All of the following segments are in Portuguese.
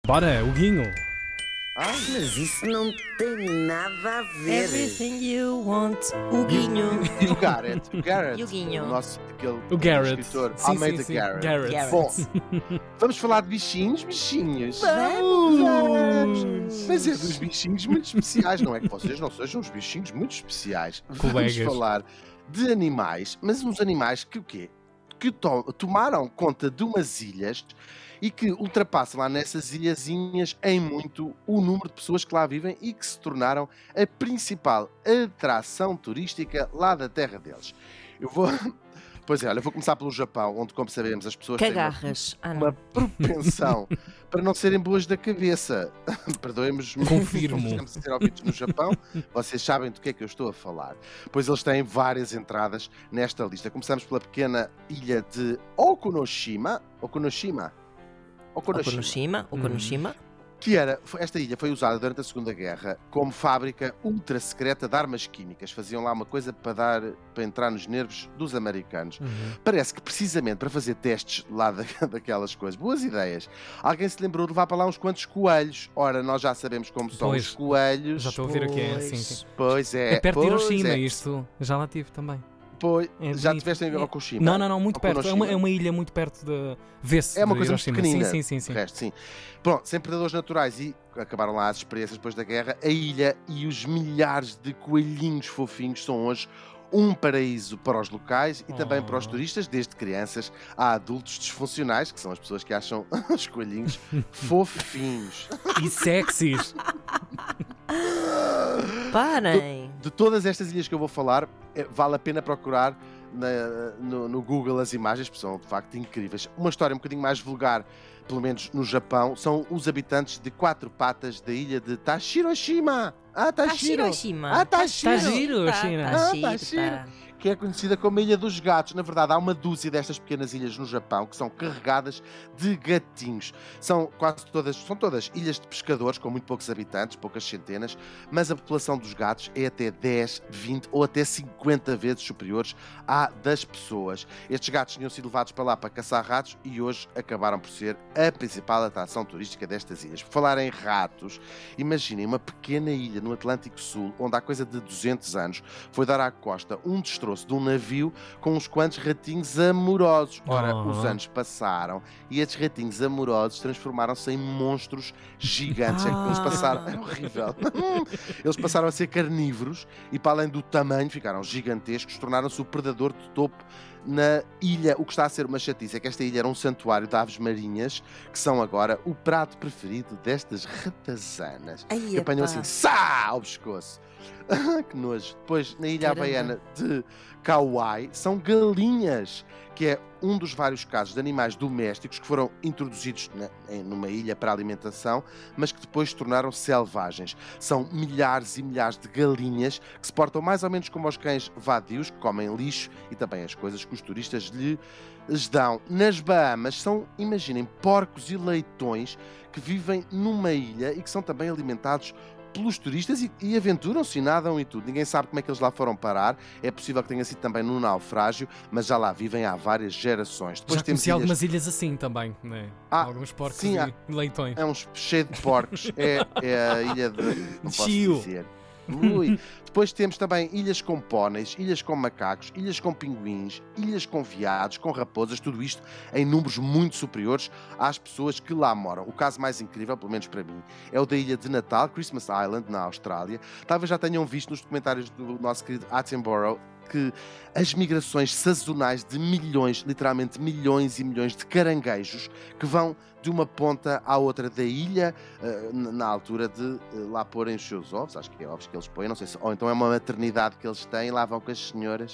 Bora, Huguinho. Mas isso não tem nada a ver. Everything you want, Huguinho. O Garrett. Huguinho. O nosso, O Garrett. escritor. Sim, Almeida sim. Garrett. Garrett. Bom, vamos falar de bichinhos. Vamos. Mas é dos bichinhos muito especiais. Não é que vocês não sejam os bichinhos muito especiais. Colegas. Vamos falar de animais, mas uns animais que o quê? Que tomaram conta de umas ilhas e que ultrapassam lá nessas ilhazinhas em muito o número de pessoas que lá vivem e que se tornaram a principal atração turística lá da terra deles. Pois é, olha, eu vou começar pelo Japão, onde, como sabemos, as pessoas têm Cagarras. uma propensão para não serem boas da cabeça. Perdoem-nos, Confirmo. não estamos a ser ouvidos no Japão. Vocês sabem do que é que eu estou a falar. Pois eles têm várias entradas nesta lista. Começamos pela pequena ilha de Okunoshima, que esta ilha foi usada durante a Segunda Guerra como fábrica ultra secreta de armas químicas. Faziam lá uma coisa para entrar nos nervos dos americanos. Parece que precisamente para fazer testes lá daquelas coisas, boas ideias, alguém se lembrou de levar para lá uns quantos coelhos. Ora, nós já sabemos como são Pois, os coelhos. Já estou a ouvir aqui. Sim. Pois é. É perto de pois Hiroshima, é. isto. Já lá tive também. Pois, É já bonito. estiveste em Okunoshima? Não, muito perto. É uma ilha muito perto de. Vê-se. É uma de coisa muito Hiroshima. pequenina. Sim. De resto, sim. Pronto, sem predadores naturais e acabaram lá as experiências depois da guerra. A ilha e os milhares de coelhinhos fofinhos são hoje um paraíso para os locais e também para os turistas, desde crianças a adultos disfuncionais, que são as pessoas que acham os coelhinhos fofinhos. E sexys. Parem. De todas estas ilhas que eu vou falar, vale a pena procurar no Google as imagens, porque são de facto incríveis. Uma história um bocadinho mais vulgar, pelo menos no Japão, são os habitantes de 4 patas da ilha de Tashiroshima. Tashiro. Hiroshima. Tá giro, China. Tashiro. Que é conhecida como a Ilha dos Gatos. Na verdade, há uma dúzia destas pequenas ilhas no Japão que são carregadas de gatinhos. São todas ilhas de pescadores com muito poucos habitantes, poucas centenas, mas a população dos gatos é até 10, 20 ou até 50 vezes superiores à das pessoas. Estes gatos tinham sido levados para lá para caçar ratos e hoje acabaram por ser a principal atração turística destas ilhas. Por falar em ratos, imaginem uma pequena ilha no Atlântico Sul, onde há coisa de 200 anos foi dar à costa um destroço de um navio com uns quantos ratinhos amorosos. Ora, os anos passaram e estes ratinhos amorosos transformaram-se em monstros gigantes. É que eles passaram... É horrível. Eles passaram a ser carnívoros e, para além do tamanho, ficaram gigantescos, tornaram-se o predador de topo na ilha. O que está a ser uma chatice é que esta ilha era um santuário de aves marinhas que são agora o prato preferido destas ratazanas. Que apanham assim, ao pescoço. Que nojo. Depois, na ilha havaiana de Kauai, são galinhas, que é um dos vários casos de animais domésticos que foram introduzidos numa ilha para alimentação, mas que depois se tornaram selvagens. São milhares e milhares de galinhas que se portam mais ou menos como os cães vadios, que comem lixo e também as coisas que os turistas lhes dão. Nas Bahamas são, imaginem, porcos e leitões que vivem numa ilha e que são também alimentados pelos turistas e aventuram-se e nadam e tudo. Ninguém sabe como é que eles lá foram parar. É possível que tenha sido também num naufrágio, mas já lá vivem há várias gerações. Depois Já temos conheci algumas ilhas assim também, né? Alguns porcos sim, e leitões. É uns cheio de porcos. É a ilha de... Não posso Chiu. dizer. Ui. Depois temos também ilhas com póneis, ilhas com macacos, ilhas com pinguins, ilhas com veados, com raposas, tudo isto em números muito superiores às pessoas que lá moram. O caso mais incrível, pelo menos para mim, é o da ilha de Natal, Christmas Island, na Austrália. Talvez já tenham visto nos documentários do nosso querido Attenborough que as migrações sazonais de milhões, literalmente milhões e milhões de caranguejos que vão de uma ponta à outra da ilha na altura de lá porem os seus ovos, acho que é ovos que eles põem, não sei se, ou então é uma maternidade que eles têm, lá vão com as senhoras.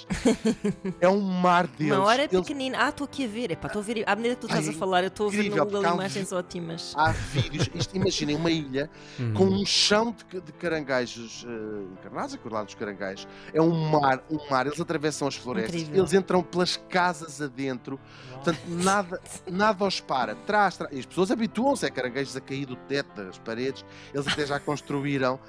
É um mar deles. Uma hora é Eles... pequenina. Estou aqui a ver. Estou a ver. À medida que tu estás a falar, eu estou a ver incrível, no Google porque há imagens ótimas. Há vídeos, imaginem uma ilha com um chão de caranguejos encarnados, acordados dos caranguejos. É um mar, eles atravessam as florestas, Incrível. eles entram pelas casas adentro, portanto nada os para. Trás. E as pessoas habituam-se a caranguejos a cair do teto, das paredes, eles até já construíram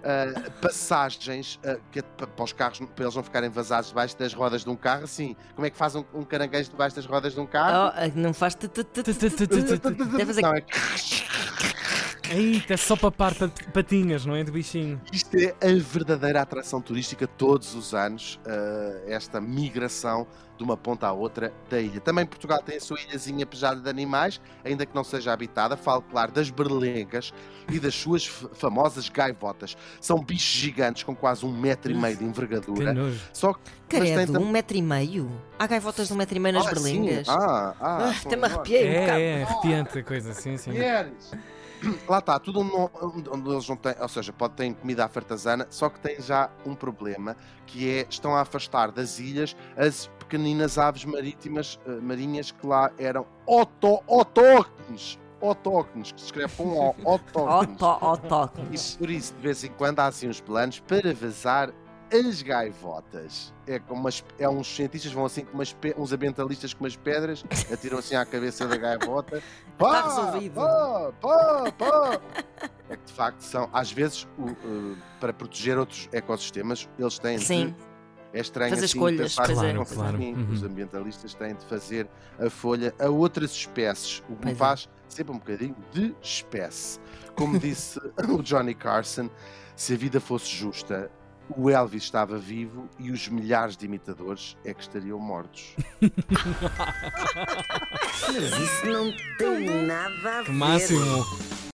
passagens para os carros, para eles não ficarem vazados debaixo das rodas de um carro. Assim, como é que faz um caranguejo debaixo das rodas de um carro? Não faz. Deve fazer. Não, é... Eita, só papar patinhas, não é? De bichinho. Isto é a verdadeira atração turística todos os anos, esta migração de uma ponta à outra da ilha. Também Portugal tem a sua ilhazinha pejada de animais, ainda que não seja habitada. Falo, claro, das berlengas e das suas famosas gaivotas. São bichos gigantes com quase 1,5 metro de envergadura. Que nojo. Só que Credo, 1,5 m? Há gaivotas de 1,5 m nas berlingas? Até me arrepiei um bocado. É arrepiante a coisa, sim. Lá está, tudo onde eles não têm, ou seja, ter comida à fartazana, só que tem já um problema, que é, estão a afastar das ilhas as pequeninas aves marinhas que lá eram autóctones, que se escreve com O, autóctones. Autóctones. E por isso, de vez em quando, há assim uns planos para vazar as gaivotas. Uns cientistas vão assim com uns ambientalistas com umas pedras, atiram assim à cabeça da gaivota. Está resolvido. É que de facto são, às vezes, para proteger outros ecossistemas, eles têm Sim. de. É estranho Fazer assim, escolhas, pensar fazer. que Claro. os ambientalistas têm de fazer a folha a outras espécies, o que me Pois é. faz sempre um bocadinho de espécie. Como disse o Johnny Carson, se a vida fosse justa, o Elvis estava vivo e os milhares de imitadores é que estariam mortos. Mas isso não tem nada a ver. Que máximo.